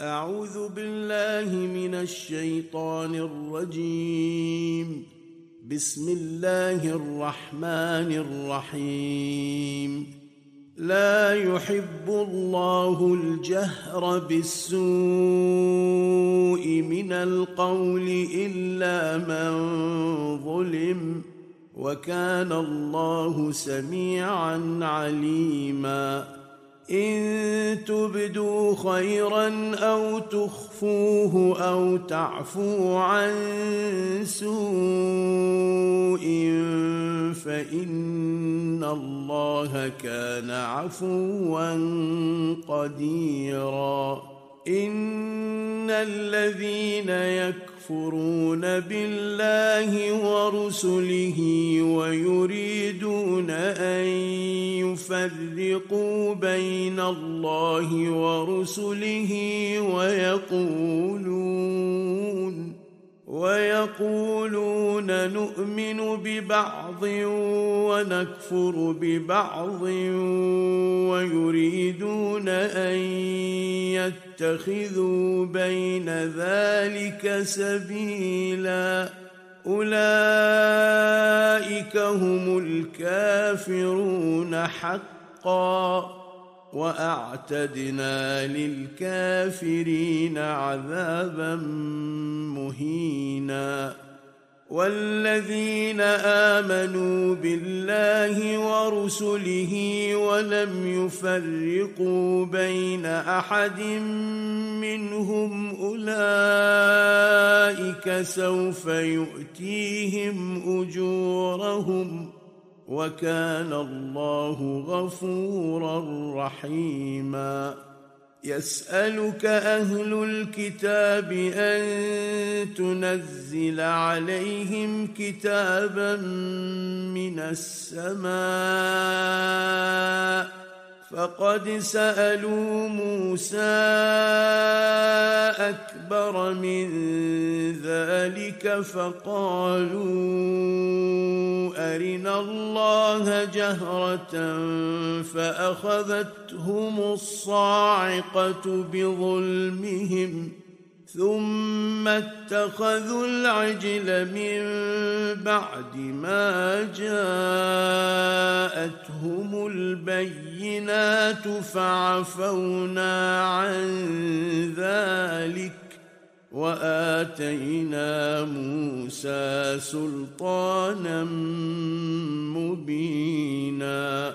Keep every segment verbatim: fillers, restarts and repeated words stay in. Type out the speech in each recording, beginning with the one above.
أعوذ بالله من الشيطان الرجيم. بسم الله الرحمن الرحيم. لا يحب الله الجهر بالسوء من القول إلا من ظلم، وكان الله سميعا عليما. إن تبدوا خيرا أو تخفوه أو تعفوا عن سوء فإن الله كان عفوا قديرا. إن الذين يكفرون بالله ورسله ويريدون أن يفرقوا بين الله ورسله ويقولون ويقولون نؤمن ببعض ونكفر ببعض ويريدون أن يتخذوا بين ذلك سبيلا، أولئك هم الكافرون حقا، وأعتدنا للكافرين عذابا مهينا. والذين آمنوا بالله ورسله ولم يفرقوا بين أحد منهم أولئك سوف يؤتيهم أجورهم، وكان الله غفورا رحيما. يسألك أهل الكتاب أن تنزل عليهم كتابا من السماء، فقد سألوا موسى أكبر من ذلك فقالوا أرنا الله جهرة فأخذتهم الصاعقة بظلمهم ثم اتخذوا العجل من بعد ما جاءتهم البينات فعفونا عن ذلك وآتينا موسى سلطانا مبينا.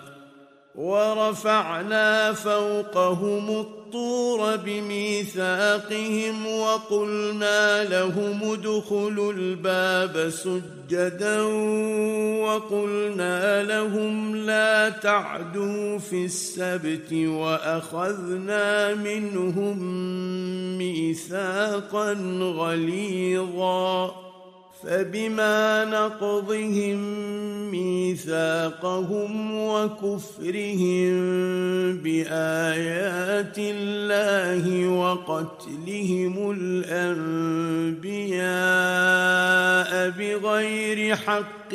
ورفعنا فوقهم الطور بميثاقهم وقلنا لهم ادخلوا الباب سجدا وقلنا لهم لا تعدوا في السبت وأخذنا منهم ميثاقا غليظا. فبما نقضهم ميثاقهم وكفرهم بآيات الله وقتلهم الأنبياء بغير حق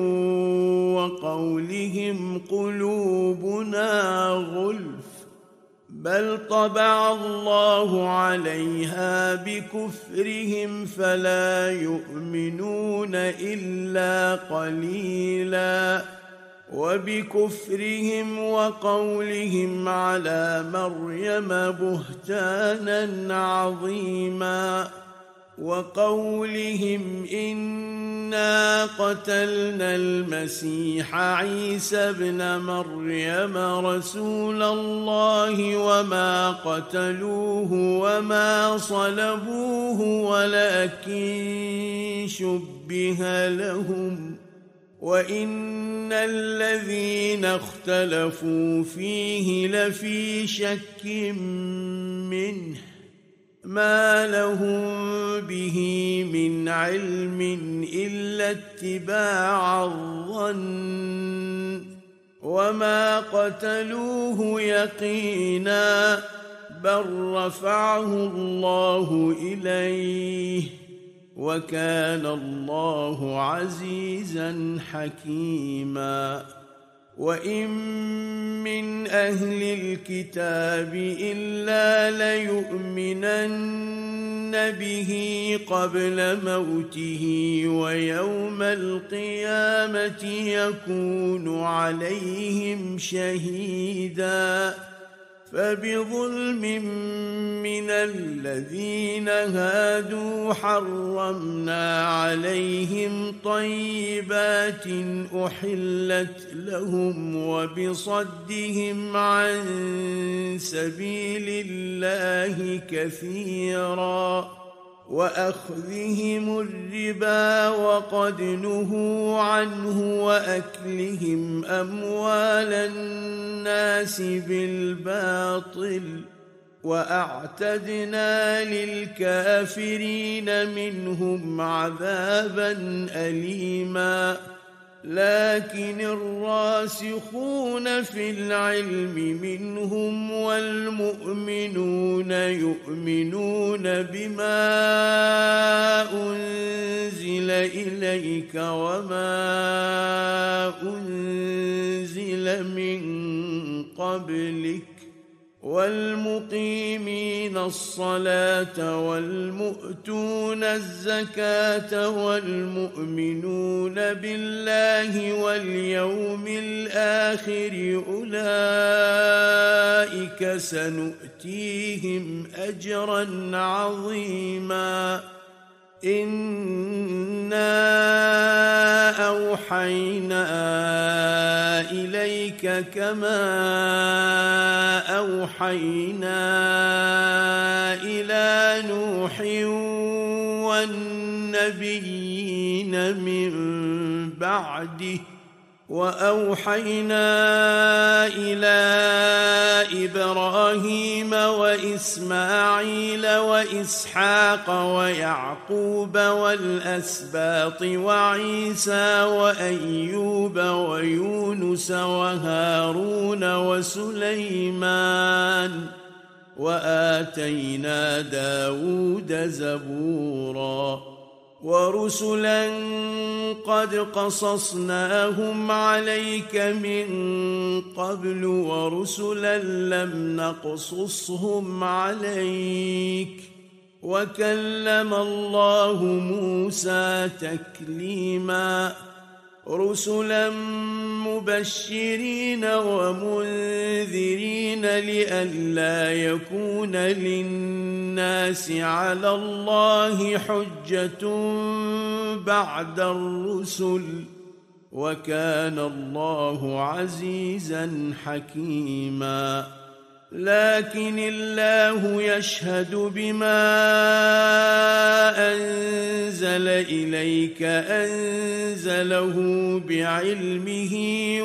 وقولهم قلوبنا غلف، بل طبع الله عليها بكفرهم فلا يؤمنون إلا قليلا. وبكفرهم وقولهم على مريم بهتانا عظيما، وقولهم إنا قتلنا المسيح عيسى ابن مريم رسول الله وما قتلوه وما صلبوه ولكن شبه لهم، وإن الذين اختلفوا فيه لفي شك منه ما لهم به من علم إلا اتباع الظن، وما قتلوه يقينا بل رفعه الله إليه، وكان الله عزيزا حكيما. وإن من أهل الكتاب إلا ليؤمنن به قبل موته ويوم القيامة يكون عليهم شهيدا فبظلم من الذين هادوا حرمنا عليهم طيبات أحلت لهم وبصدهم عن سبيل الله كثيرا وأخذهم الربا وقد نهوا عنه وأكلهم أموال الناس بالباطل وأعتدنا للكافرين منهم عذابا أليما لكن الراسخون في العلم منهم والمؤمنون يؤمنون بما أنزل إليك وما أنزل من قبلك والمقيمين الصلاة والمؤتون الزكاة والمؤمنون بالله واليوم الآخر أولئك سنؤتيهم أجرا عظيما إنا أوحينا إليك كما أوحينا إلى نوح والنبيين من بعده وأوحينا إلى إبراهيم وإسماعيل وإسحاق ويعقوب والأسباط وعيسى وأيوب ويونس وهارون وسليمان وآتينا داود زبورا ورسلا قد قصصناهم عليك من قبل ورسلا لم نقصصهم عليك وكلم الله موسى تكليما رسلا مبشرين ومنذرين لئلا يكون للناس على الله حجة بعد الرسل وكان الله عزيزا حكيما لكن الله يشهد بما أنزل إليك أنزله بعلمه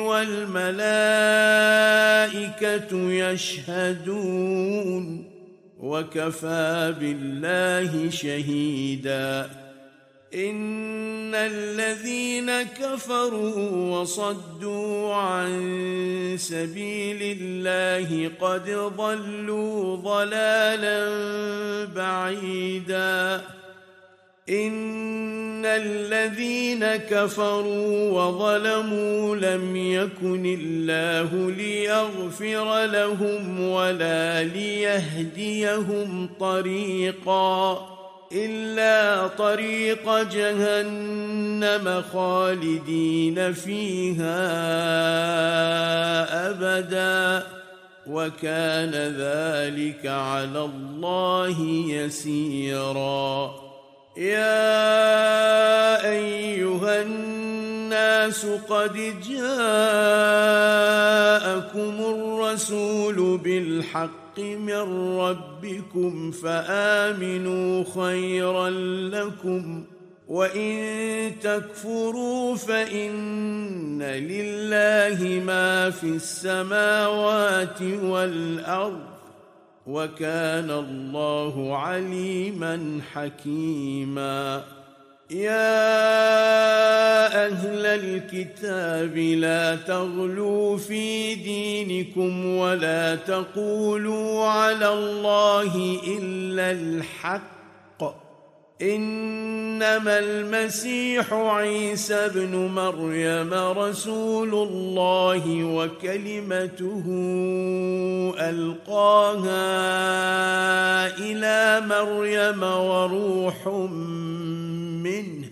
والملائكة يشهدون وكفى بالله شهيدا إن الذين كفروا وصدوا عن سبيل الله قد ضلوا ضلالا بعيدا إن الذين كفروا وظلموا لم يكن الله ليغفر لهم ولا ليهديهم طريقا إلا طريق جهنم خالدين فيها أبدا وكان ذلك على الله يسيرا يا أيها الناس قد جاءكم الرسول بالحق من ربكم فآمنوا خيرا لكم وإن تكفروا فإن لله ما في السماوات والأرض وكان الله عليما حكيما يا أهل الكتاب لا تغلوا في دينكم ولا تقولوا على الله إلا الحق إنما المسيح عيسى ابن مريم رسول الله وكلمته ألقاها إلى مريم وروح منه،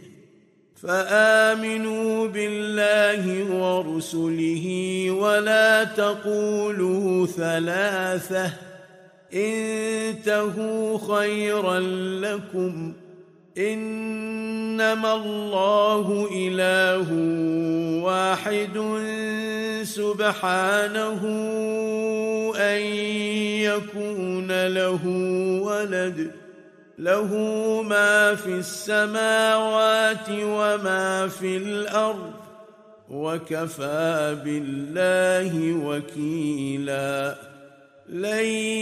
فآمنوا بالله ورسله ولا تقولوا ثلاثة، انتهوا خيرا لكم، إنما الله إله واحد سبحانه أن يكون له ولد، له ما في السماوات وما في الأرض، وكفى بالله وكيلا. لن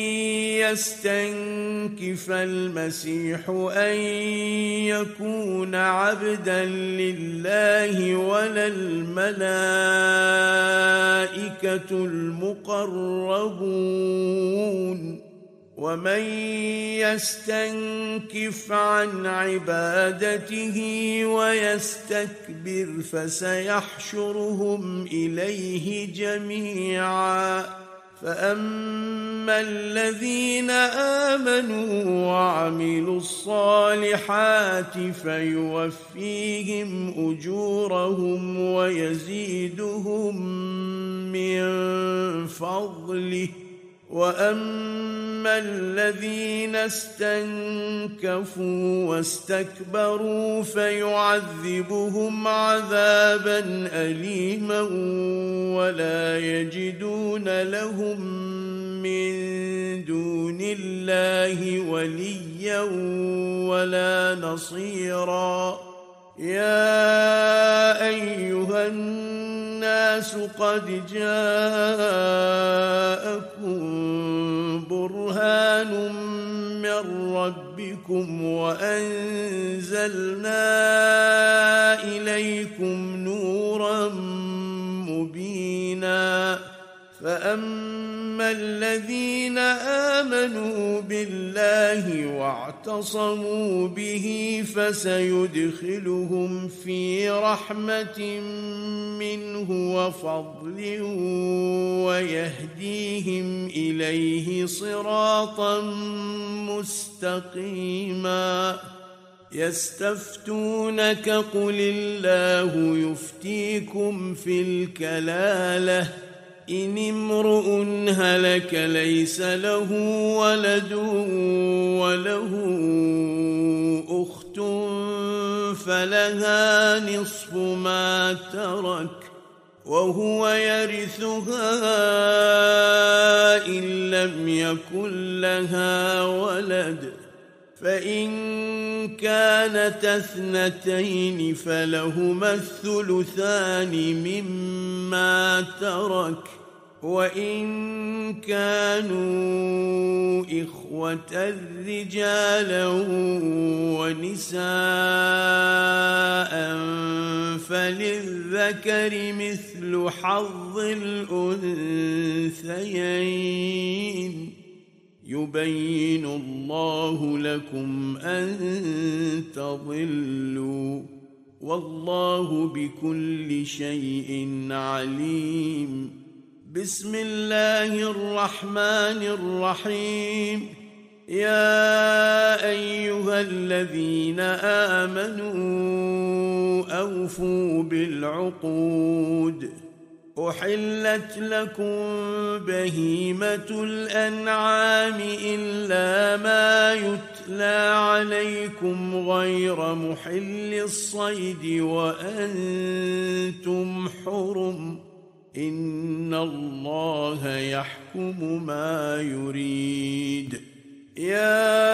يستنكف المسيح أن يكون عبدا لله ولا الملائكة المقربون، ومن يستنكف عن عبادته ويستكبر فسيحشرهم إليه جميعا. فأما الذين آمنوا وعملوا الصالحات فيوفيهم أجورهم ويزيدهم من فضله، وأما الذين استنكفوا واستكبروا فيعذبهم عذابا أليما ولا يجدون لهم من دون الله وليا ولا نصيرا. يا أيها الناس قد جاءكم برهان من ربكم وأنزلنا إليكم نورا مبينا. فأما الذين آمنوا بالله واعتصموا به فسيدخلهم في رحمة منه وفضل ويهديهم إليه صراطا مستقيما. يستفتونك قل الله يفتيكم في الكلالة، إن امرؤ هلك ليس له ولد وله أخت فلها نصف ما ترك وهو يرثها إن لم يكن لها ولد، فإن كانتا اثنتين فلهما الثلثان مما ترك، وإن كانوا إخوة رجالا ونساء فللذكر مثل حظ الأنثيين. يبين الله لكم أن تضلوا، والله بكل شيء عليم. بسم الله الرحمن الرحيم. يا أيها الذين آمنوا أوفوا بالعقود، أحلت لكم بهيمة الأنعام إلا ما يتلى عليكم غير محل الصيد وأنتم حرم، إن الله يحكم ما يريد. يا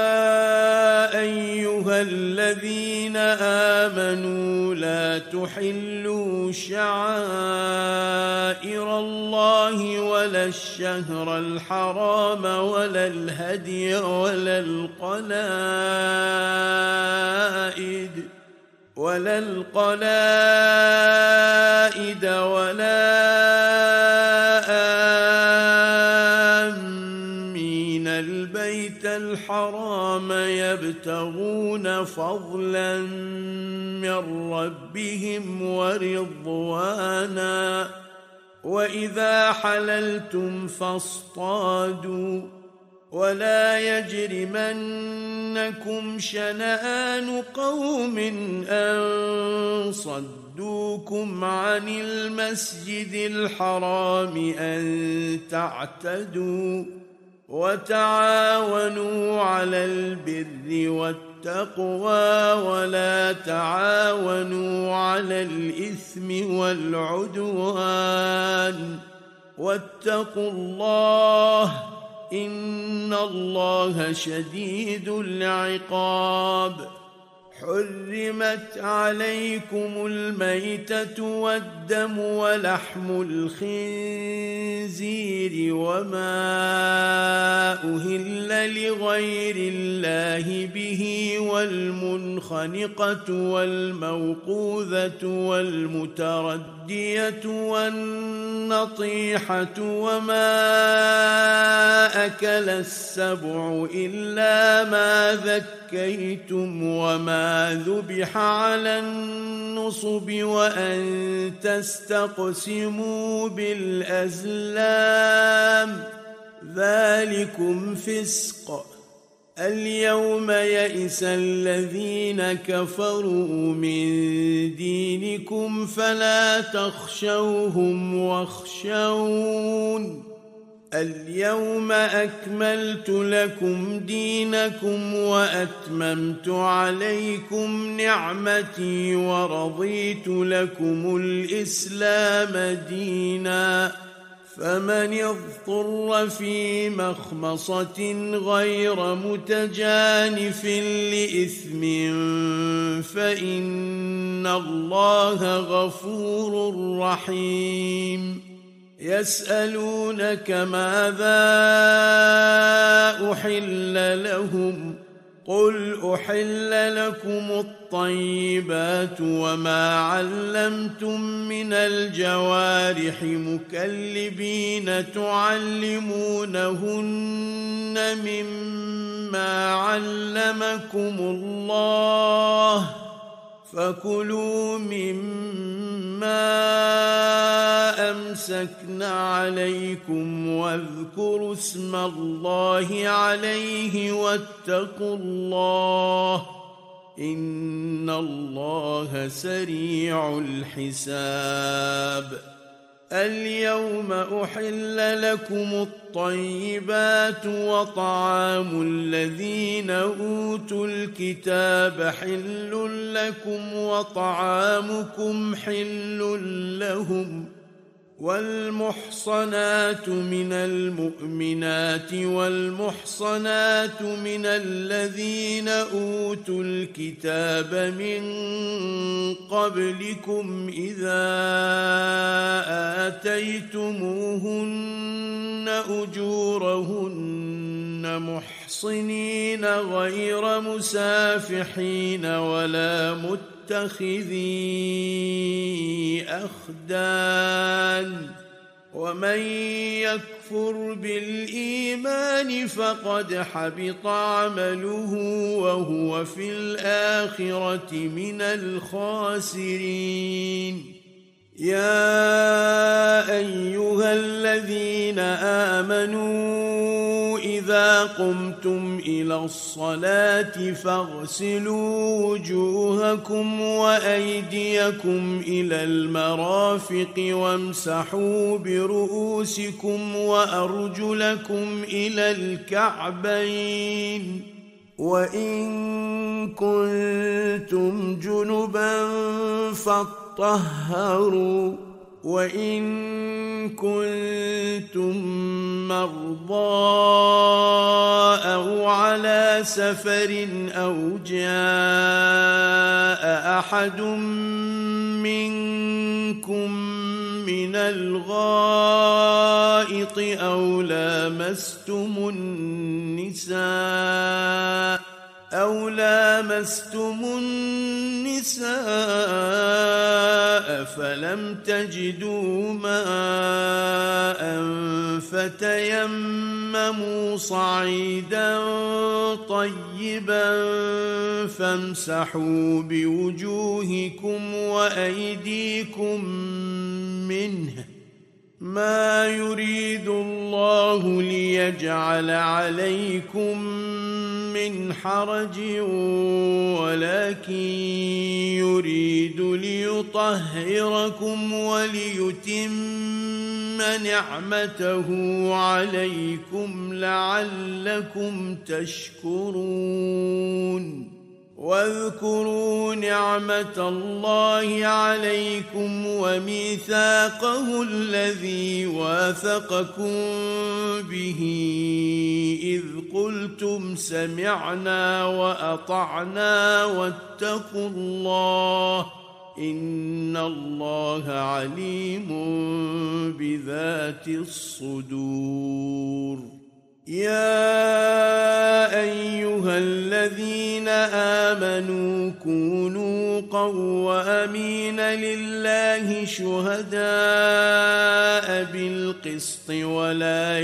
أيها الذين آمنوا لا تحلوا شعائر الله ولا الشهر الحرام ولا الهدي ولا القلائد ولا القلائد ولا آمين البيت الحرام الحرام يبتغون فضلا من ربهم ورضوانا وإذا حللتم فاصطادوا ولا يجرمنكم شنآن قوم أن صدوكم عن المسجد الحرام أن تعتدوا وتعاونوا على البر والتقوى ولا تعاونوا على الإثم والعدوان واتقوا الله إن الله شديد العقاب. حرمت عليكم الميتة والدم ولحم الخنزير وما أهل لغير الله به والمنخنقة والموقوذة والمتردية والنطيحة وما أكل السبع إلا ما ذكيتم وما ذبح على النصب وأن تستقسموا بالأزلام ذلكم فسق. اليوم يئس الذين كفروا من دينكم فلا تخشوهم واخشون اليوم أكملت لكم دينكم وأتممت عليكم نعمتي ورضيت لكم الإسلام دينا فمن اضطر في مخمصة غير متجانف لإثم فإن الله غفور رحيم. يسألونك ماذا أحل لهم قل أحل لكم الطيبات وما علمتم من الجوارح مكلبين تعلمونهن مما علمكم الله فكلوا مما أمسكن عليكم واذكروا اسم الله عليه واتقوا الله إن الله سريع الحساب. اليوم أحل لكم الطيبات وطعام الذين أوتوا الكتاب حل لكم وطعامكم حل لهم والمحصنات من المؤمنات والمحصنات من الذين أوتوا الكتاب من قبلكم إذا آتيتموهن أجورهن محصنين غير مسافحين ولا متخذي أخدان ومن يكفر بالإيمان فقد حبط عمله وهو في الآخرة من الخاسرين. يا أيها الذين آمنوا إذا قمتم إلى الصلاة فاغسلوا وجوهكم وأيديكم إلى المرافق وامسحوا برؤوسكم وأرجلكم إلى الكعبين وإن كنتم جنبا فاطهروا وإن كنتم مرضى أو على سفر أو جاء أحد منكم من الغائط أو لامستم النساء أو لامستم النساء فلم تجدوا ماء فتيمموا تيمموا صعيدا طيبا فامسحوا بوجوهكم وأيديكم منه ما يريد الله ليجعل عليكم من حرج ولكن يريد ليطهركم وليتم نعمته عليكم لعلكم تشكرون واذكروا نعمة الله عليكم وميثاقه الذي واثقكم به إذ قلتم سمعنا وأطعنا واتقوا الله إن الله عليم بذات الصدور. يا أيها الذين آمنوا كونوا قوامين لله شهداء بالقسط ولا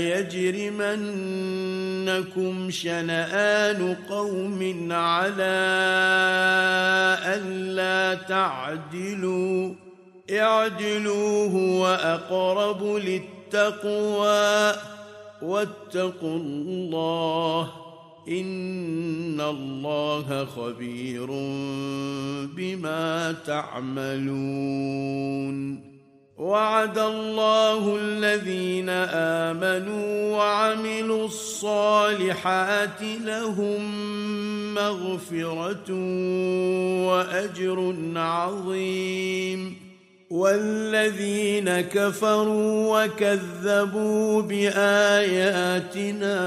يجرمنكم شنآن قوم على ألا تعدلوا اعدلوا هو أقرب للتقوى واتقوا الله إن الله خبير بما تعملون. وعد الله الذين آمنوا وعملوا الصالحات لهم مغفرة وأجر عظيم. والذين كفروا وكذبوا بآياتنا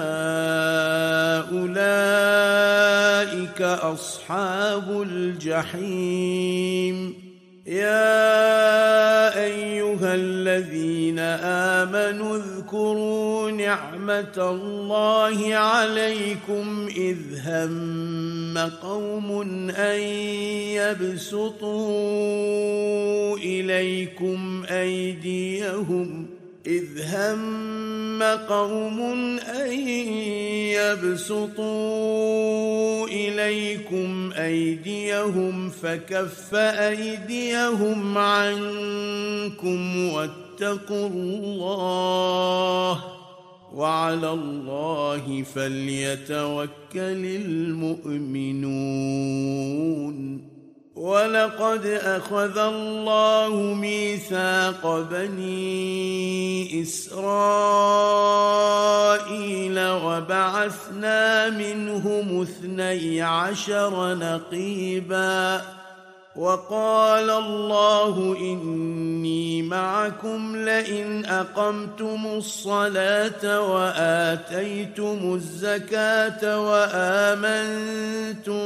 أولئك أصحاب الجحيم. يا أيها الذين آمنوا اذكروا نعمة الله عليكم إذ هم قوم أن يبسطوا إليكم أيديهم إذ هم قوم أن يبسطوا إليكم أيديهم فكف أيديهم عنكم واتقوا الله وعلى الله فليتوكل المؤمنون. ولقد أخذ الله ميثاق بني إسرائيل وبعثنا منهم اثني عشر نقيبا وقال الله إني معكم لئن أقمتم الصلاة وآتيتم الزكاة وآمنتم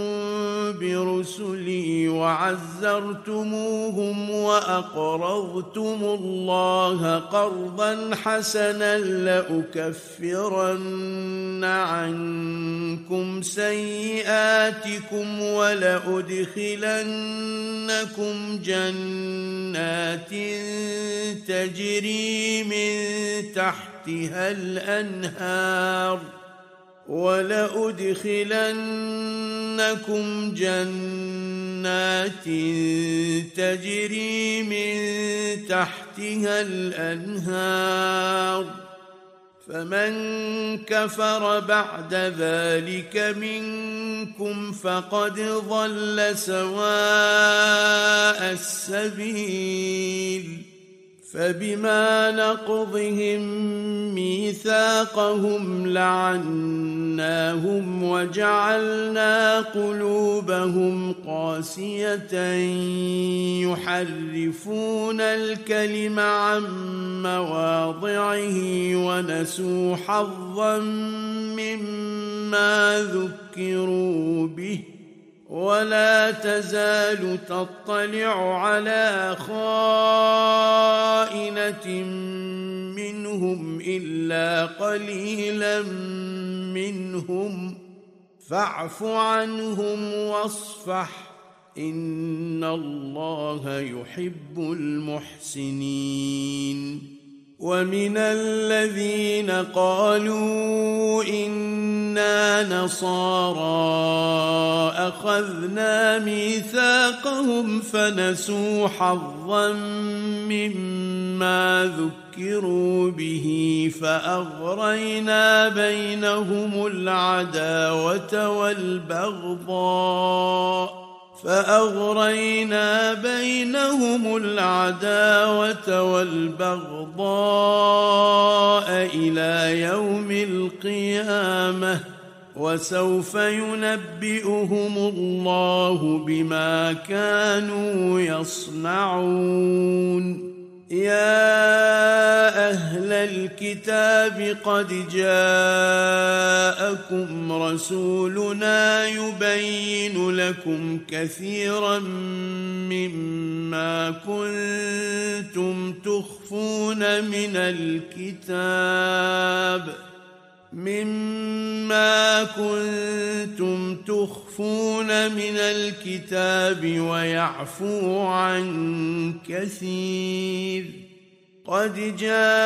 برسلي وعزرتموهم وأقرضتم الله قرضا حسنا لأكفرن عنكم سيئاتكم ولأدخلن إنكم جنات تجري من تحتها الأنهار ولأدخلنكم جنات تجري من تحتها الأنهار فمن كفر بعد ذلك منكم فقد ضل سواء السبيل. فبما نقضهم ميثاقهم لعناهم وجعلنا قلوبهم قاسية يحرفون الكلم عن مواضعه ونسوا حظا مما ذكروا به ولا تزال تطلع على خائنة منهم إلا قليلا منهم فاعف عنهم واصفح إن الله يحب المحسنين. ومن الذين قالوا إنا نصارى أخذنا ميثاقهم فنسوا حظا مما ذكروا به فأغرينا بينهم العداوة والبغضاء فأغرينا بينهم العداوة والبغضاء إلى يوم القيامة وسوف ينبئهم الله بما كانوا يصنعون. يا أهل الكتاب قد جاءكم رسولنا يبين لكم كثيرا مما كنتم تخفون من الكتاب مما كنتم تخفون من الكتاب ويعفو عن كثير. قد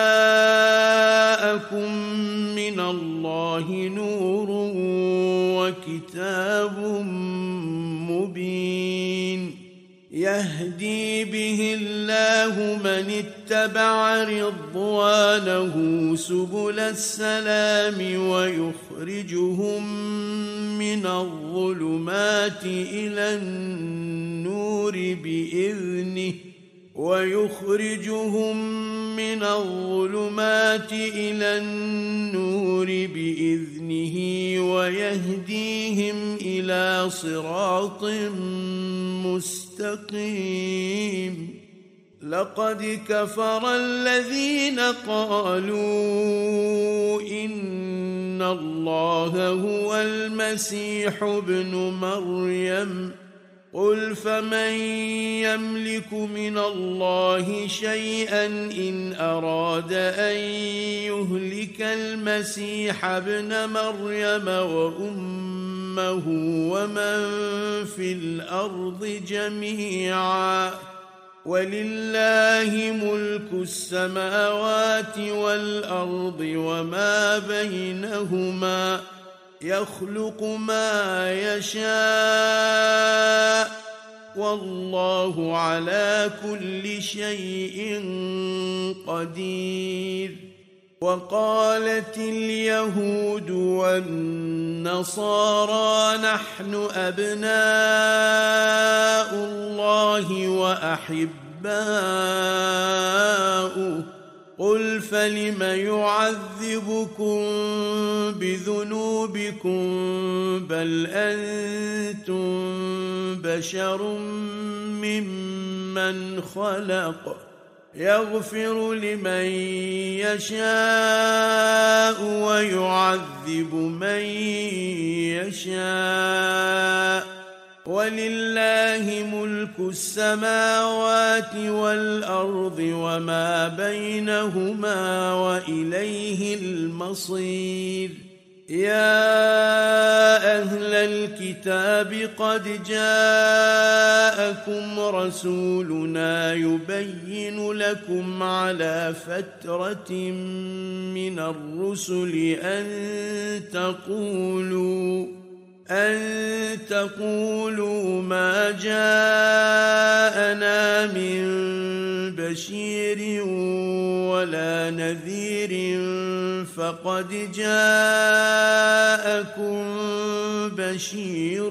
جاءكم من الله نور وكتاب مبين يهدي به الله من اتبع رضوانه سبل السلام ويخرجهم من الظلمات إلى النور بإذنه ويخرجهم من الظلمات إلى النور بإذنه ويهديهم إلى صراط مستقيم. لقد كفر الذين قالوا إن الله هو المسيح ابن مريم قل فمن يملك من الله شيئا إن أراد أن يهلك المسيح ابن مريم وأمه ومن في الأرض جميعا ولله ملك السماوات والأرض وما بينهما يخلق ما يشاء والله على كل شيء قدير. وقالت اليهود والنصارى نحن أبناء الله وأحباؤه قل فلم يعذبكم بذنوبكم بل أنتم بشر ممن خلق يغفر لمن يشاء ويعذب من يشاء ولله ملك السماوات والأرض وما بينهما وإليه المصير. يا أهل الكتاب قد جاءكم رسولنا يبين لكم على فترة من الرسل أن تقولوا أن تقولوا ما جاءنا من بشير ولا نذير فقد جاءكم بشير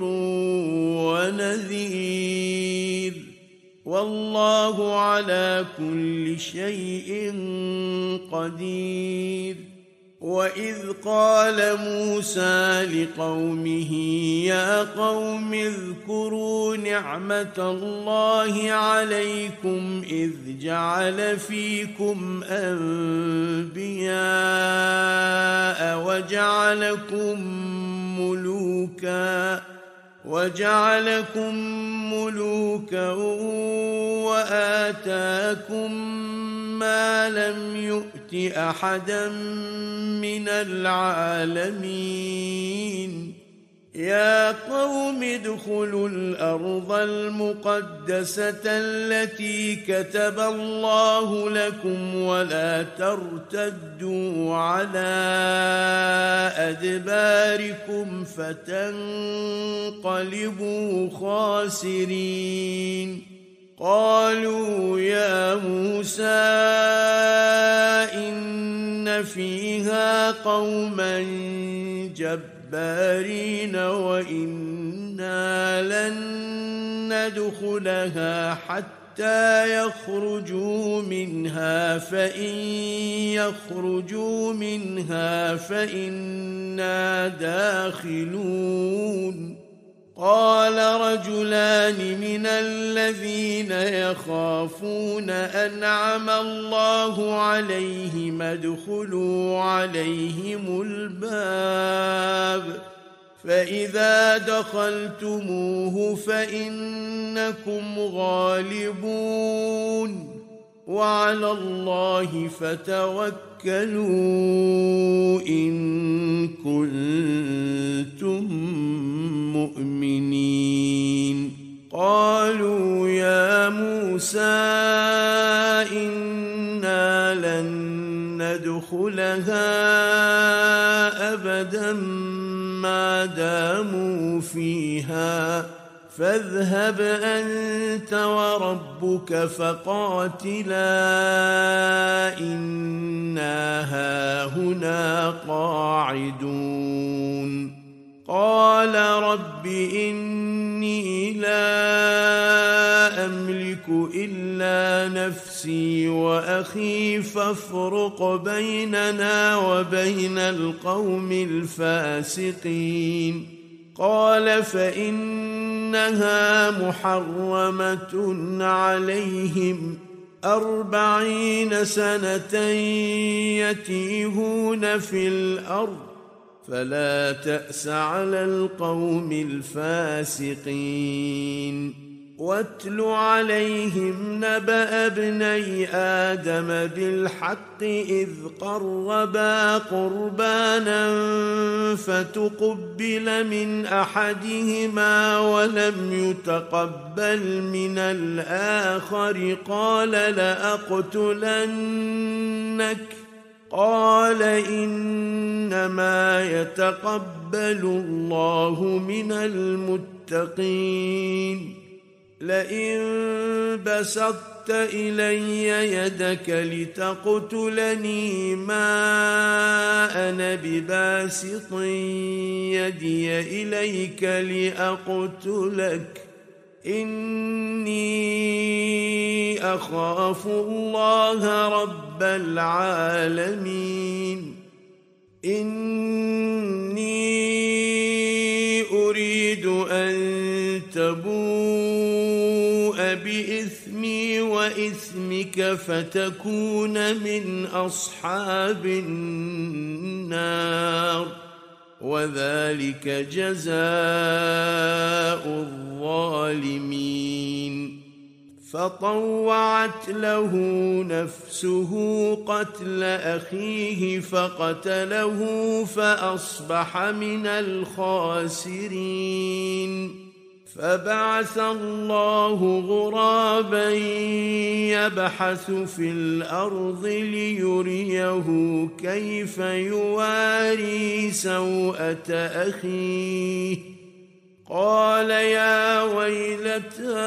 ونذير والله على كل شيء قدير. وإذ قال موسى لقومه يا قوم اذكروا نعمة الله عليكم إذ جعل فيكم أنبياء وجعلكم ملوكا وجعلكم ملوكا وآتاكم ما لم يؤت أحدا من العالمين يا قوم ادخلوا الأرض المقدسة التي كتب الله لكم ولا ترتدوا على أدباركم فتنقلبوا خاسرين قالوا يا موسى إن فيها قوما جبارين وإنا لن ندخلها حتى يخرجوا منها فإن يخرجوا منها فإنا داخلون قال رجلان من الذين يخافون أنعم الله عليهم ادخلوا عليهم الباب فإذا دخلتموه فإنكم غالبون وعلى الله فتوكلوا إن كنتم مؤمنين قالوا يا موسى إنا لن ندخلها أبدا ما داموا فيها فاذهب أنت وربك فقاتلا إنا هاهنا قاعدون قال رب إني لا أملك إلا نفسي وأخي فافرق بيننا وبين القوم الفاسقين قال فإنها محرمة عليهم أربعين سنة يتيهون في الأرض فلا تأس على القوم الفاسقين واتل عليهم نبأ ابني آدم بالحق إذ قربا قربانا فتقبل من أحدهما ولم يتقبل من الآخر قال لأقتلنك قال إنما يتقبل الله من المتقين لئن بسطت إلي يدك لتقتلني ما أنا بباسط يدي إليك لأقتلك إني أخاف الله رب العالمين إني أريد أن تبوء بإثمي وإثمك فتكون من أصحاب النار وذلك جزاء الظالمين فطوعت له نفسه قتل أخيه فقتله فأصبح من الخاسرين فبعث الله غرابا يبحث في الأرض ليريه كيف يواري سوءة أخيه قال يا ويلتى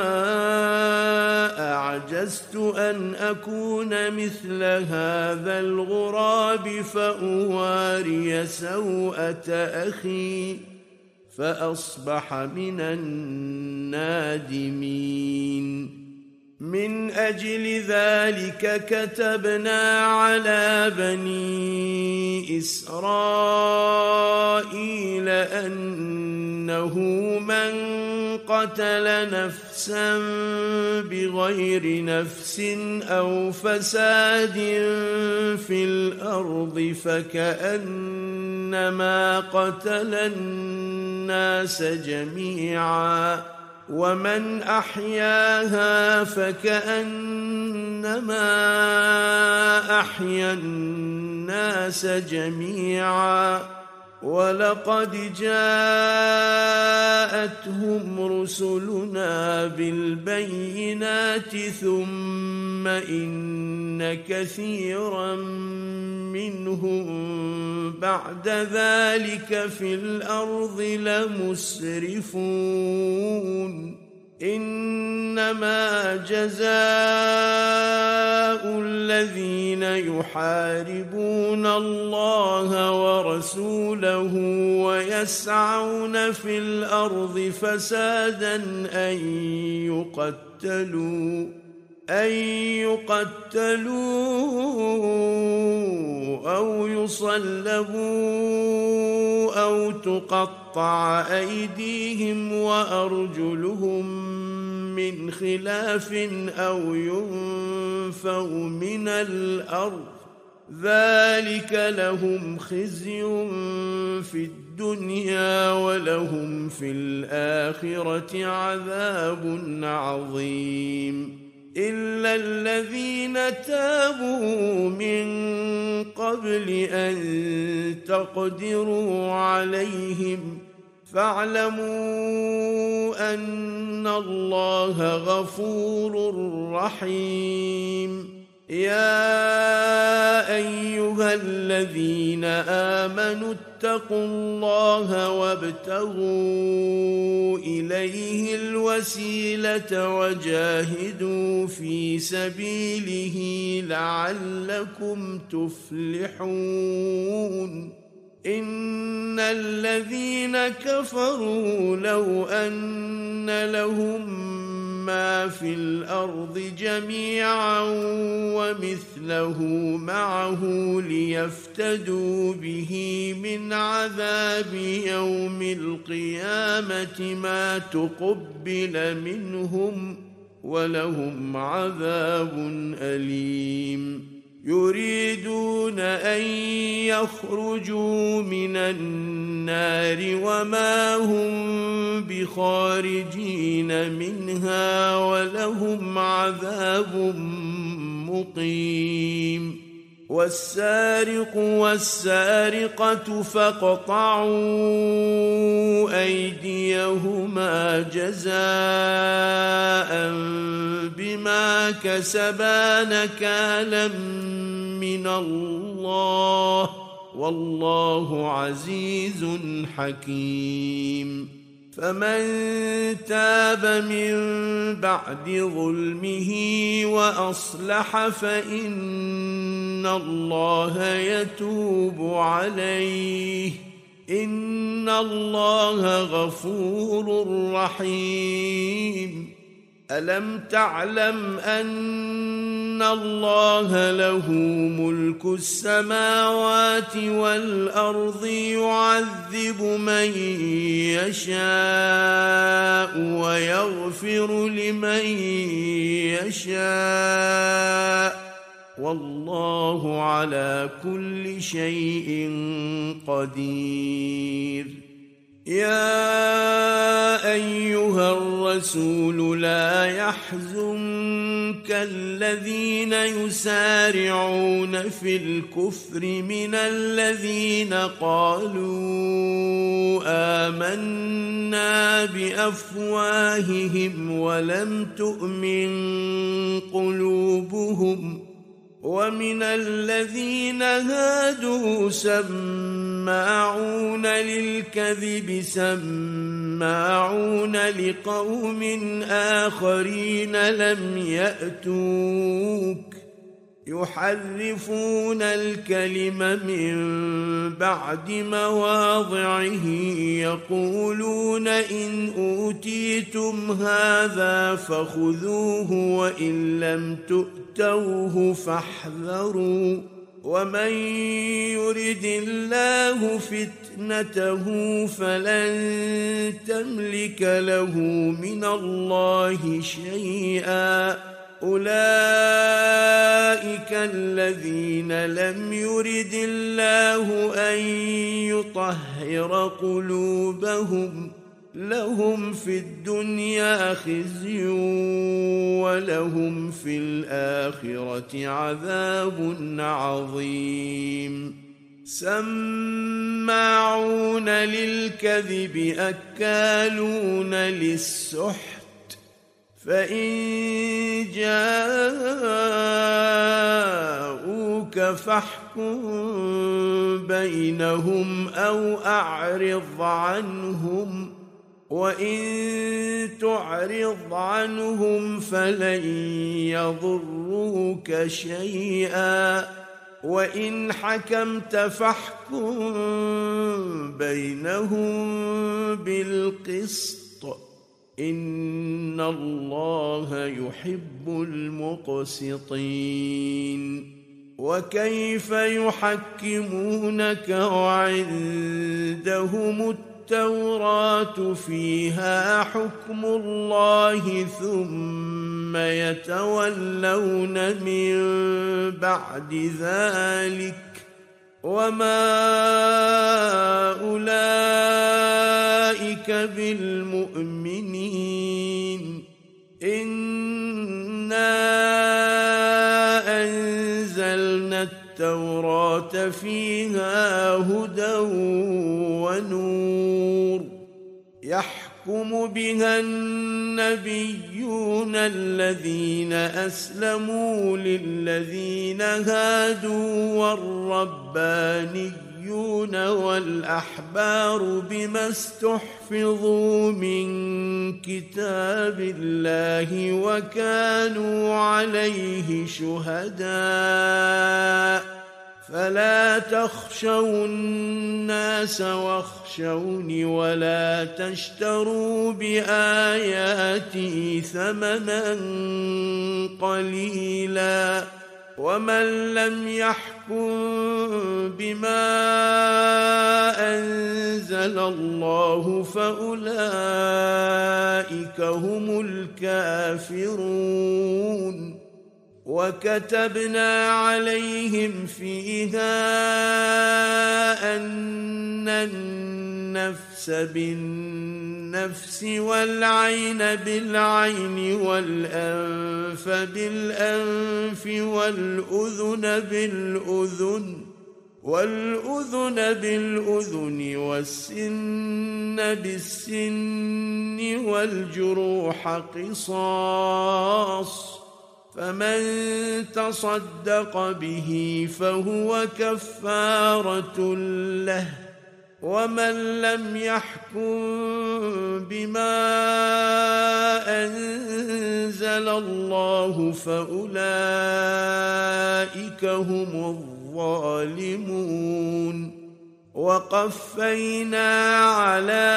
أعجزت أن أكون مثل هذا الغراب فأواري سوءة أخي فأصبح من النادمين من أجل ذلك كتبنا على بني إسرائيل أنه من قتل نفسا بغير نفس أو فساد في الأرض فكأنما قتل الناس جميعا ومن أحياها فكأنما أحيا الناس جميعا ولقد جاءتهم رسلنا بالبينات ثم إن كثيرا منهم بعد ذلك في الأرض لمسرفون إنما جزاء الذين يحاربون الله ورسوله ويسعون في الأرض فسادا أن يقتلوا أن يقتلوا أو يصلبوا أو تقطع أيديهم وأرجلهم من خلاف أو ينفوا من الأرض ذلك لهم خزي في الدنيا ولهم في الآخرة عذاب عظيم إلا الذين تابوا من قبل أن تقدروا عليهم فاعلموا أن الله غفور رحيم يا أيها الذين آمنوا اتقوا الله وابتغوا إليه الوسيلة وجاهدوا في سبيله لعلكم تفلحون إن الذين كفروا لو أن لهم ما في الأرض جميعا ومثله معه ليفتدوا به من عذاب يوم القيامة ما تقبل منهم ولهم عذاب أليم يريدون أن يخرجوا من النار وما هم بخارجين منها ولهم عذاب مقيم والسارق والسارقة فاقطعوا أيديهما جزاء بما كسبا نكالا من الله والله عزيز حكيم فمن تاب من بعد ظلمه وأصلح فإن الله يتوب عليه إن الله غفور رحيم ألم تعلم أن الله له ملك السماوات والأرض يعذب من يشاء ويغفر لمن يشاء والله على كل شيء قدير يا أيها الرسول لا يحزنك الذين يسارعون في الكفر من الذين قالوا آمنا بأفواههم ولم تؤمن قلوبهم ومن الذين هادوا سماعون للكذب سماعون لقوم آخرين لم يأتوك يحرفون الكلم من بعد مواضعه يقولون إن أوتيتم هذا فخذوه وإن لم تؤتوه فاحذروا ومن يرد الله فتنته فلن تملك له من الله شيئا أولئك الذين لم يرد الله أن يطهر قلوبهم لهم في الدنيا خزي ولهم في الآخرة عذاب عظيم سماعون للكذب أكالون للسحت فإن جاءوك فاحكم بينهم أو أعرض عنهم وإن تعرض عنهم فلن يضروك شيئا وإن حكمت فاحكم بينهم بالقسط إن الله يحب المقسطين. وكيف يحكمونك وعندهم التوراة فيها حكم الله ثم يتولون من بعد ذلك وما أولئك بالمؤمنين. إنا أنزلنا التوراة فيها هدى ونور يحكم بها النبيون الذين أسلموا للذين هادوا والربانيون والأحبار بما استحفظوا من كتاب الله وكانوا عليه شهداء فلا تخشوا الناس واخشوني ولا تشتروا بآياتي ثمنا قليلا ومن لم يحكم بما أنزل الله فأولئك هم الكافرون. وكتبنا عليهم فيها أن النفس بالنفس والعين بالعين والأنف بالأنف والأذن بالأذن والأذن بالأذن والسن بالسن والجروح قصاص فمن تصدق به فهو كفارة له ومن لم يحكم بما أنزل الله فأولئك هم الظالمون. وقفينا على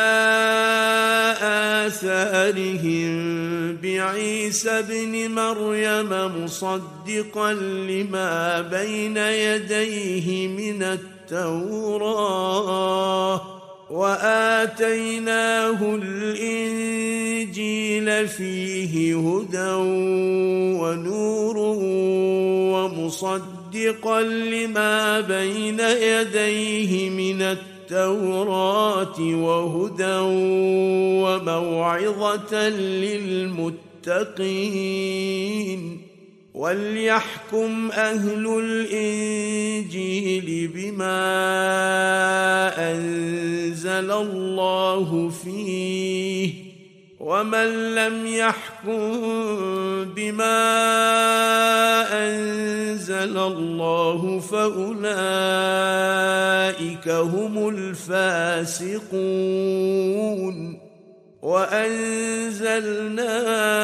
آثارهم بعيسى ابن مريم مصدقا لما بين يديه من التوراة وآتيناه الإنجيل فيه هدى ونور ومصدقا لما بين يديه من التوراة وهدى وموعظة للمتقين. وليحكم أهل الإنجيل بما أنزل الله فيه ومن لم يحكم بما أنزل الله فأولئك هم الفاسقون. وأنزلنا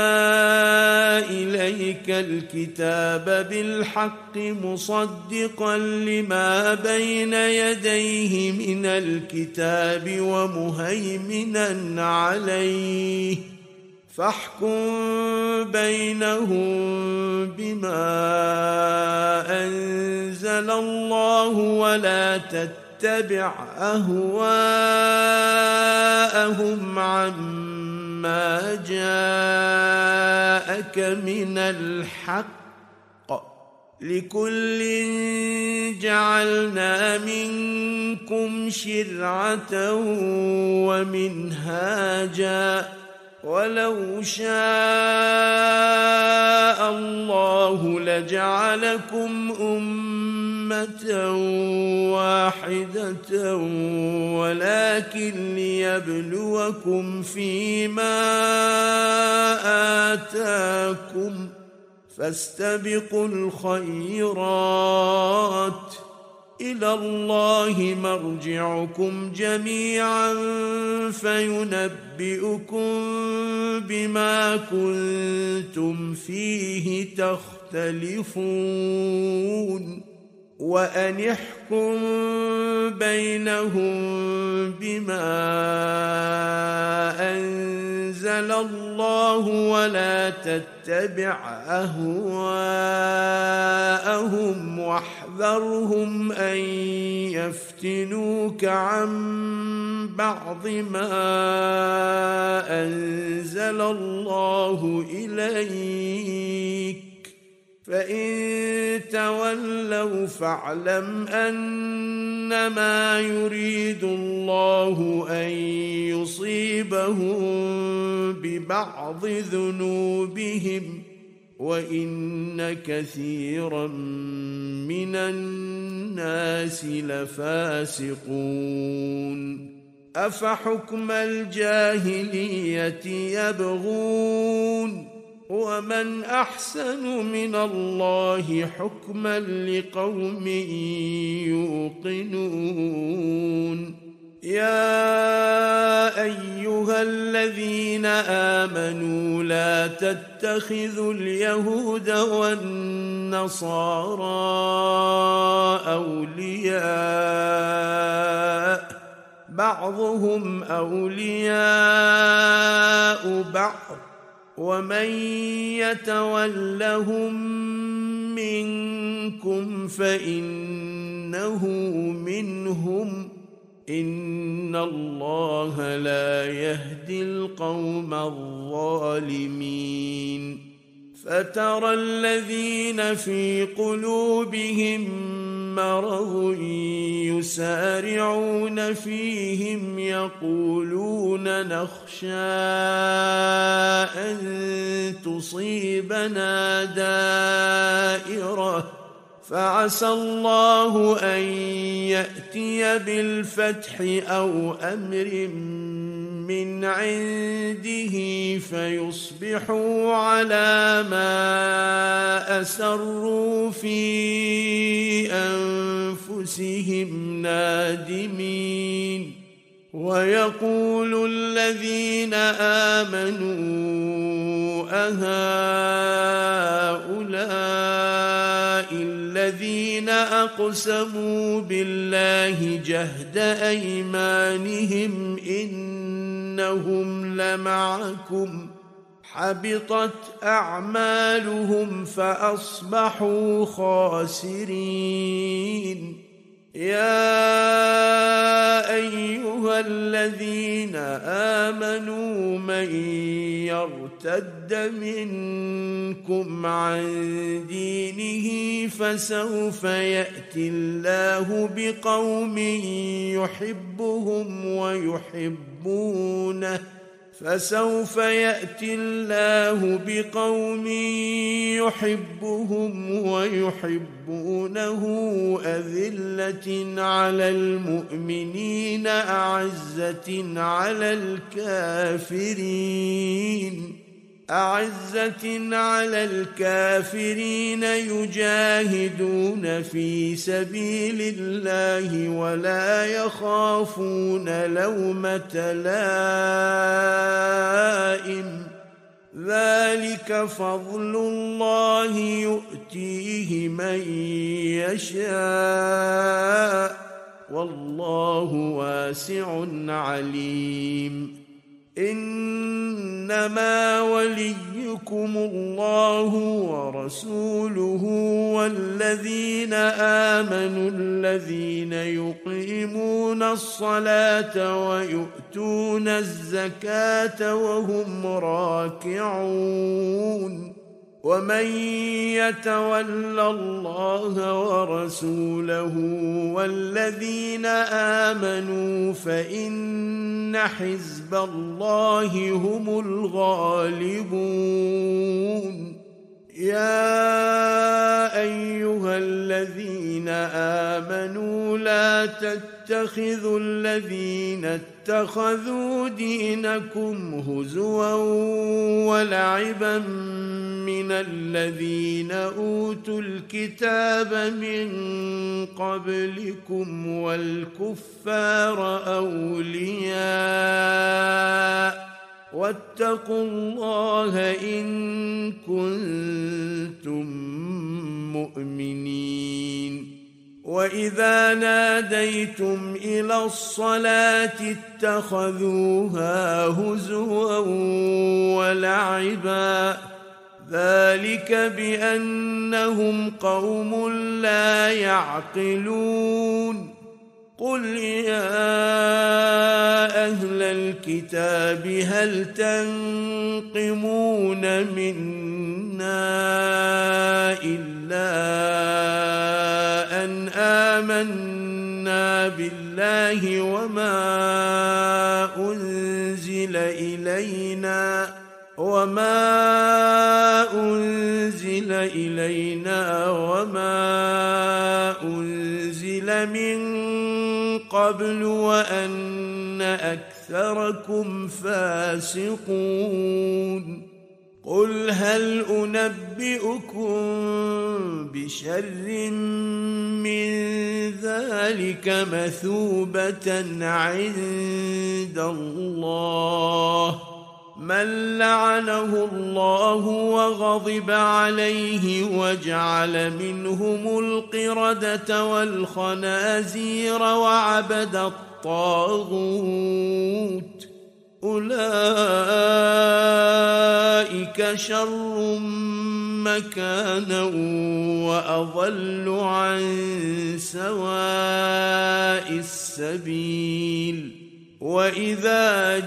إليك الكتاب بالحق مصدقا لما بين يديه من الكتاب ومهيمنا عليه فاحكم بينهم بما أنزل الله ولا تتبع أهواءهم عما جاءك من الحق لكل جعلنا منكم شرعة ومنهاجا ولو شاء الله لجعلكم أمة أمة واحدة ولكن ليبلوكم فيما آتاكم فاستبقوا الخيرات إلى الله مرجعكم جميعا فينبئكم بما كنتم فيه تختلفون وأن احكم بينهم بما أنزل الله ولا تتبع أهواءهم واحذرهم أن يفتنوك عن بعض ما أنزل الله إليك فإن تولوا فاعلم أنما يريد الله أن يصيبهم ببعض ذنوبهم وإن كثيرا من الناس لفاسقون أفحكم الجاهلية يبغون ومن أحسن من الله حكما لقوم يوقنون يا أيها الذين آمنوا لا تتخذوا اليهود والنصارى أولياء بعضهم أولياء بعض ومن يتولهم منكم فإنه منهم إن الله لا يهدي القوم الظالمين فترى الذين في قلوبهم مرض يسارعون فيهم يقولون نخشى أن تصيبنا دائرة فعسى الله أن يأتي بالفتح أو أمر من عنده فيصبحوا على ما أسروا في أنفسهم نادمين ويقول الذين آمنوا أهؤلاء الذين أقسموا بالله جهد أيمانهم إنهم لمعكم حبطت أعمالهم فأصبحوا خاسرين يا أيها الذين آمنوا من يرتد منكم عن دينه فسوف يأتي الله بقوم يحبهم ويحبونه فسوف يأتي الله بقوم يحبهم ويحبونه أذلة على المؤمنين أعزة على الكافرين أعزة على الكافرين يجاهدون في سبيل الله ولا يخافون لومة لائم ذلك فضل الله يؤتيه من يشاء والله واسع عليم إنما وليكم الله ورسوله والذين آمنوا الذين يقيمون الصلاة ويؤتون الزكاة وهم راكعون ومن يتول الله ورسوله والذين آمنوا فإن حزب الله هم الغالبون يا أيها الذين آمنوا لا تتخذوا الذين اتخذوا دينكم هزوا ولعبا من الذين أوتوا الكتاب من قبلكم والكفار أولياء واتقوا الله إن كنتم مؤمنين. وإذا ناديتم إلى الصلاة اتخذوها هزوا ولعبا ذلك بأنهم قوم لا يعقلون. قل يا أهل الكتاب هل تنقمون منا إلا أن آمنا بالله وما أنزل إلينا وما أنزل إلينا وما أنزل من قبل وأن أكثركم فاسقون. قل هل أنبئكم بشر من ذلك مثوبة عند الله من لعنه الله وغضب عليه وجعل منهم القردة والخنازير وعبد الطاغوت أولئك شر مكانا وأضل عن سواء السبيل. وإذا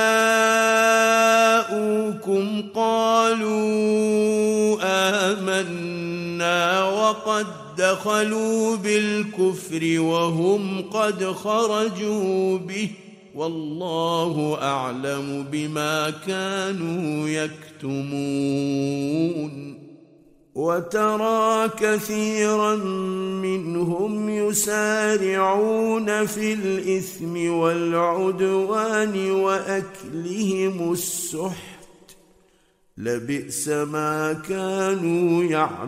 جاءوكم قالوا آمنا وقد دخلوا بالكفر وهم قد خرجوا به والله أعلم بما كانوا يكتمون. وترى كثيرا منهم يسارعون في الإثم والعدوان وأكلهم السحت لبئس ما كانوا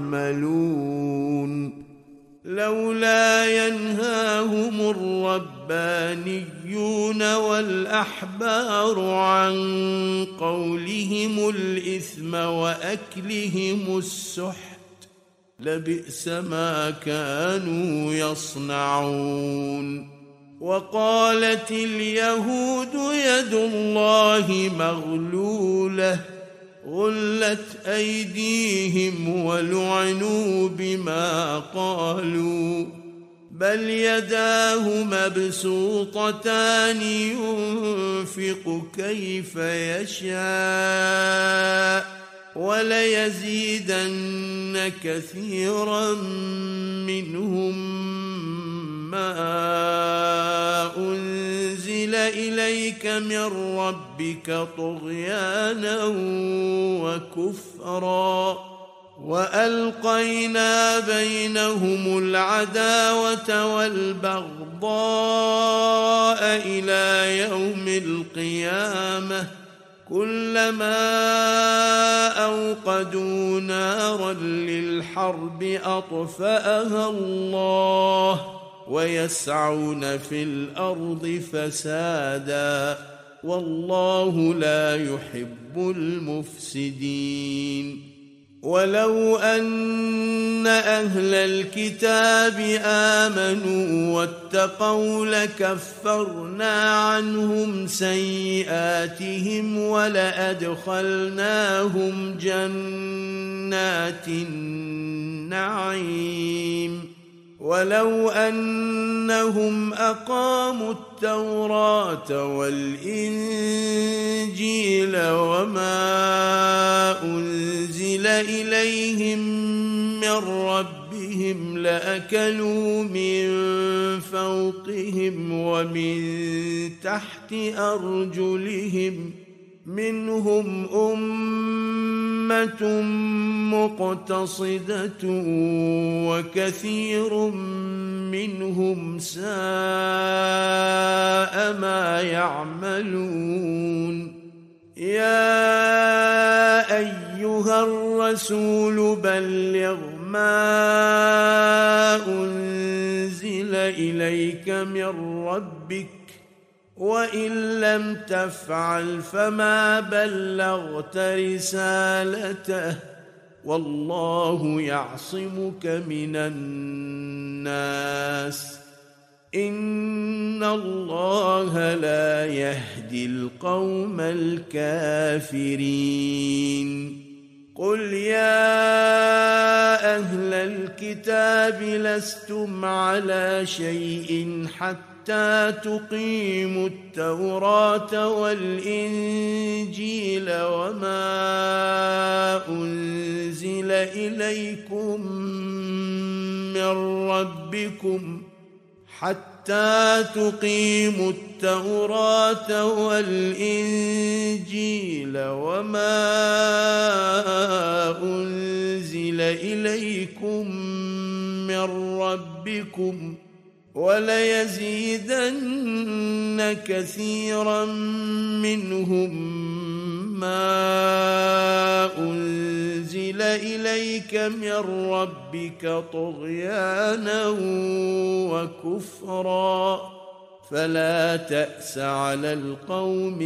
يعملون. لولا ينهاهم الربانيون والأحبار عن قولهم الإثم وأكلهم السحت لبئس ما كانوا يصنعون. وقالت اليهود يد الله مغلولة غلت أيديهم ولعنوا بما قالوا بل يداه مبسوطتان ينفق كيف يشاء وليزيدن كثيرا منهم ما أنزل إليك من ربك طغيانا وكفرا وألقينا بينهم العداوة والبغضاء إلى يوم القيامة كلما أوقدوا نارا للحرب أطفأها الله ويسعون في الأرض فسادا والله لا يحب المفسدين. ولو أن أهل الكتاب آمنوا واتقوا لكفرنا عنهم سيئاتهم ولأدخلناهم جنات النعيم. ولو أنهم أقاموا التوراة والإنجيل وما أنزل إليهم من ربهم لأكلوا من فوقهم ومن تحت أرجلهم منهم أمة أمة مقتصدة وكثير منهم ساء ما يعملون يا أيها الرسول بلغ ما أنزل إليك من ربك وإن لم تفعل فما بلغت رسالته والله يعصمك من الناس إن الله لا يهدي القوم الكافرين قل يا أهل الكتاب لستم على شيء حتى تقيموا التوراة والإنجيل وما أنزل إليكم من ربكم حتى تقيموا التوراة والإنجيل وما أنزل إليكم من ربكم وليزيدن كثيرا منهم ما أنزل إليك من ربك طغيانا وكفرا فلا تأس على القوم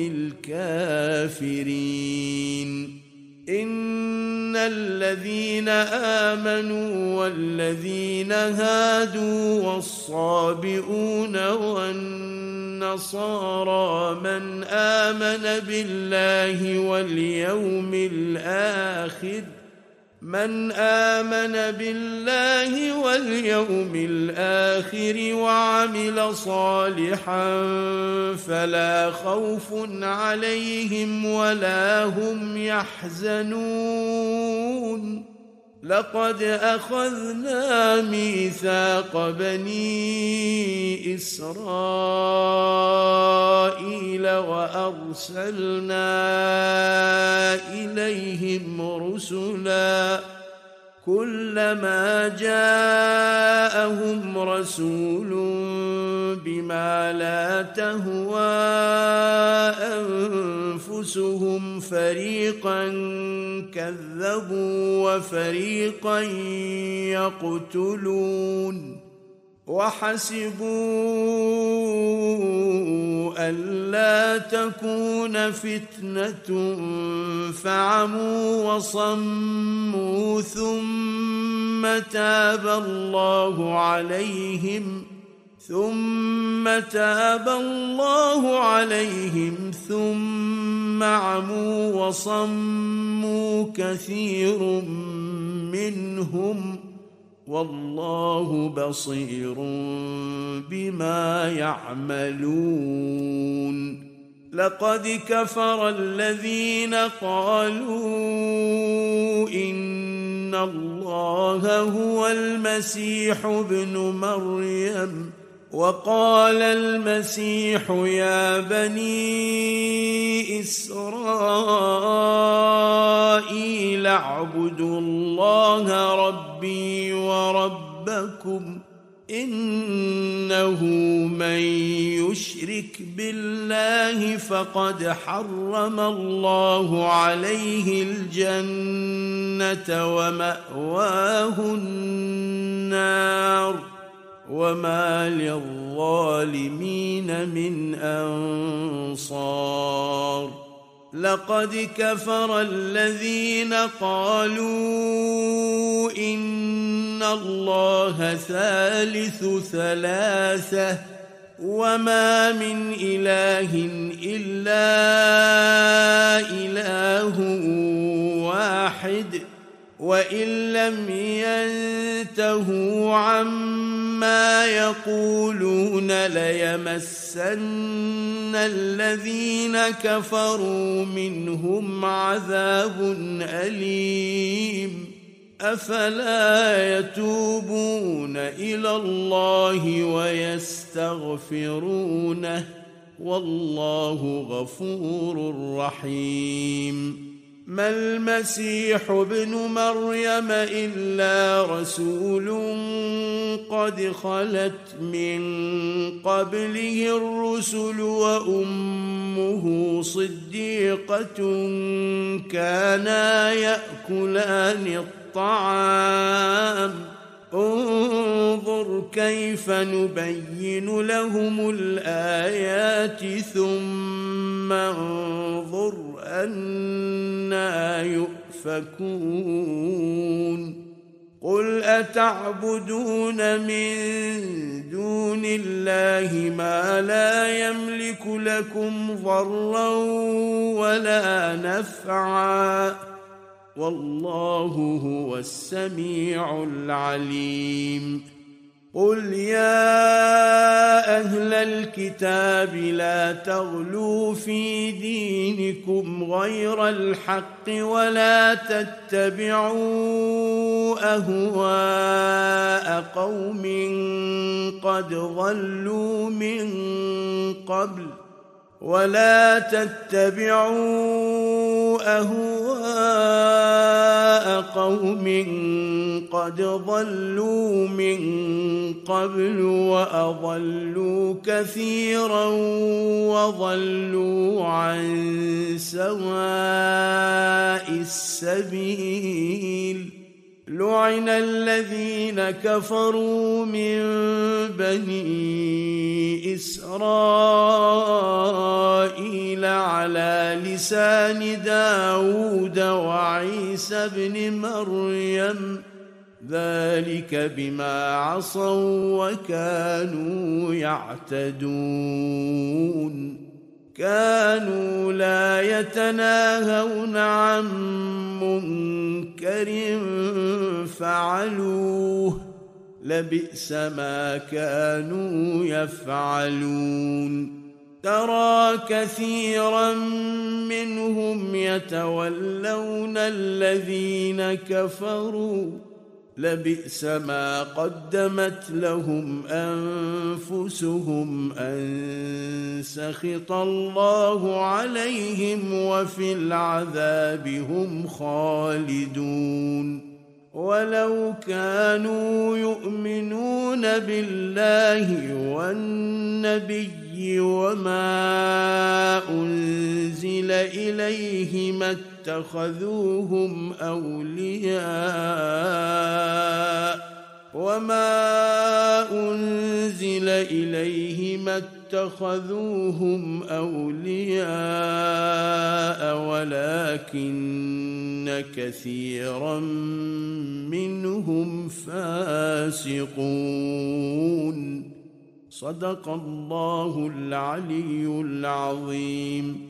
الكافرين إن الذين آمنوا والذين هادوا والصابئون والنصارى من آمن بالله واليوم الآخر من آمن بالله واليوم الآخر وعمل صالحا فلا خوف عليهم ولا هم يحزنون لقد أخذنا ميثاق بني إسرائيل وأرسلنا إليهم رسلا كلما جاءهم رسول بما لا تهوى أنفسهم فريقا كذبوا وفريقا يقتلون وحسبوا ألا تكون فتنة فعموا وصموا ثم تاب الله عليهم ثم تاب الله عليهم ثم عموا وصموا كثير منهم والله بصير بما يعملون لقد كفر الذين قالوا إن الله هو المسيح ابن مريم وقال المسيح يا بني إسرائيل اعبدوا الله ربي وربكم إنه من يشرك بالله فقد حرم الله عليه الجنة ومأواه النار وما للظالمين من أنصار لقد كفر الذين قالوا إن الله ثالث ثلاثة وما من إله إلا إله واحد وإن لم ينتهوا عما يقولون ليمسن الذين كفروا منهم عذاب أليم أفلا يتوبون إلى الله ويستغفرونه والله غفور رحيم ما المسيح ابن مريم إلا رسول قد خلت من قبله الرسل وأمه صديقة كانا يأكلان الطعام انظر كيف نبين لهم الآيات ثم انظر أنى يؤفكون قل أتعبدون من دون الله ما لا يملك لكم ضرا ولا نفعا والله هو السميع العليم قل يا أهل الكتاب لا تغلوا في دينكم غير الحق ولا تتبعوا أهواء قوم قد ضلوا من قبل ولا تتبعوا أهواء قوم قد ضلوا من قبل وأضلوا كثيرا وضلوا عن سواء السبيل لعن الذين كفروا من بني إسرائيل على لسان داود وعيسى بن مريم ذلك بما عصوا وكانوا يعتدون كانوا لا يتناهون عن منكر فعلوه لبئس ما كانوا يفعلون ترى كثيرا منهم يتولون الذين كفروا لبئس ما قدمت لهم أنفسهم أن سخط الله عليهم وفي العذاب هم خالدون ولو كانوا يؤمنون بالله والنبي وما أنزل إليه ما اتخذوهم أولياء وما أنزل إليه ما اتخذوهم أولياء ولكن كثيرا منهم فاسقون صدق الله العلي العظيم.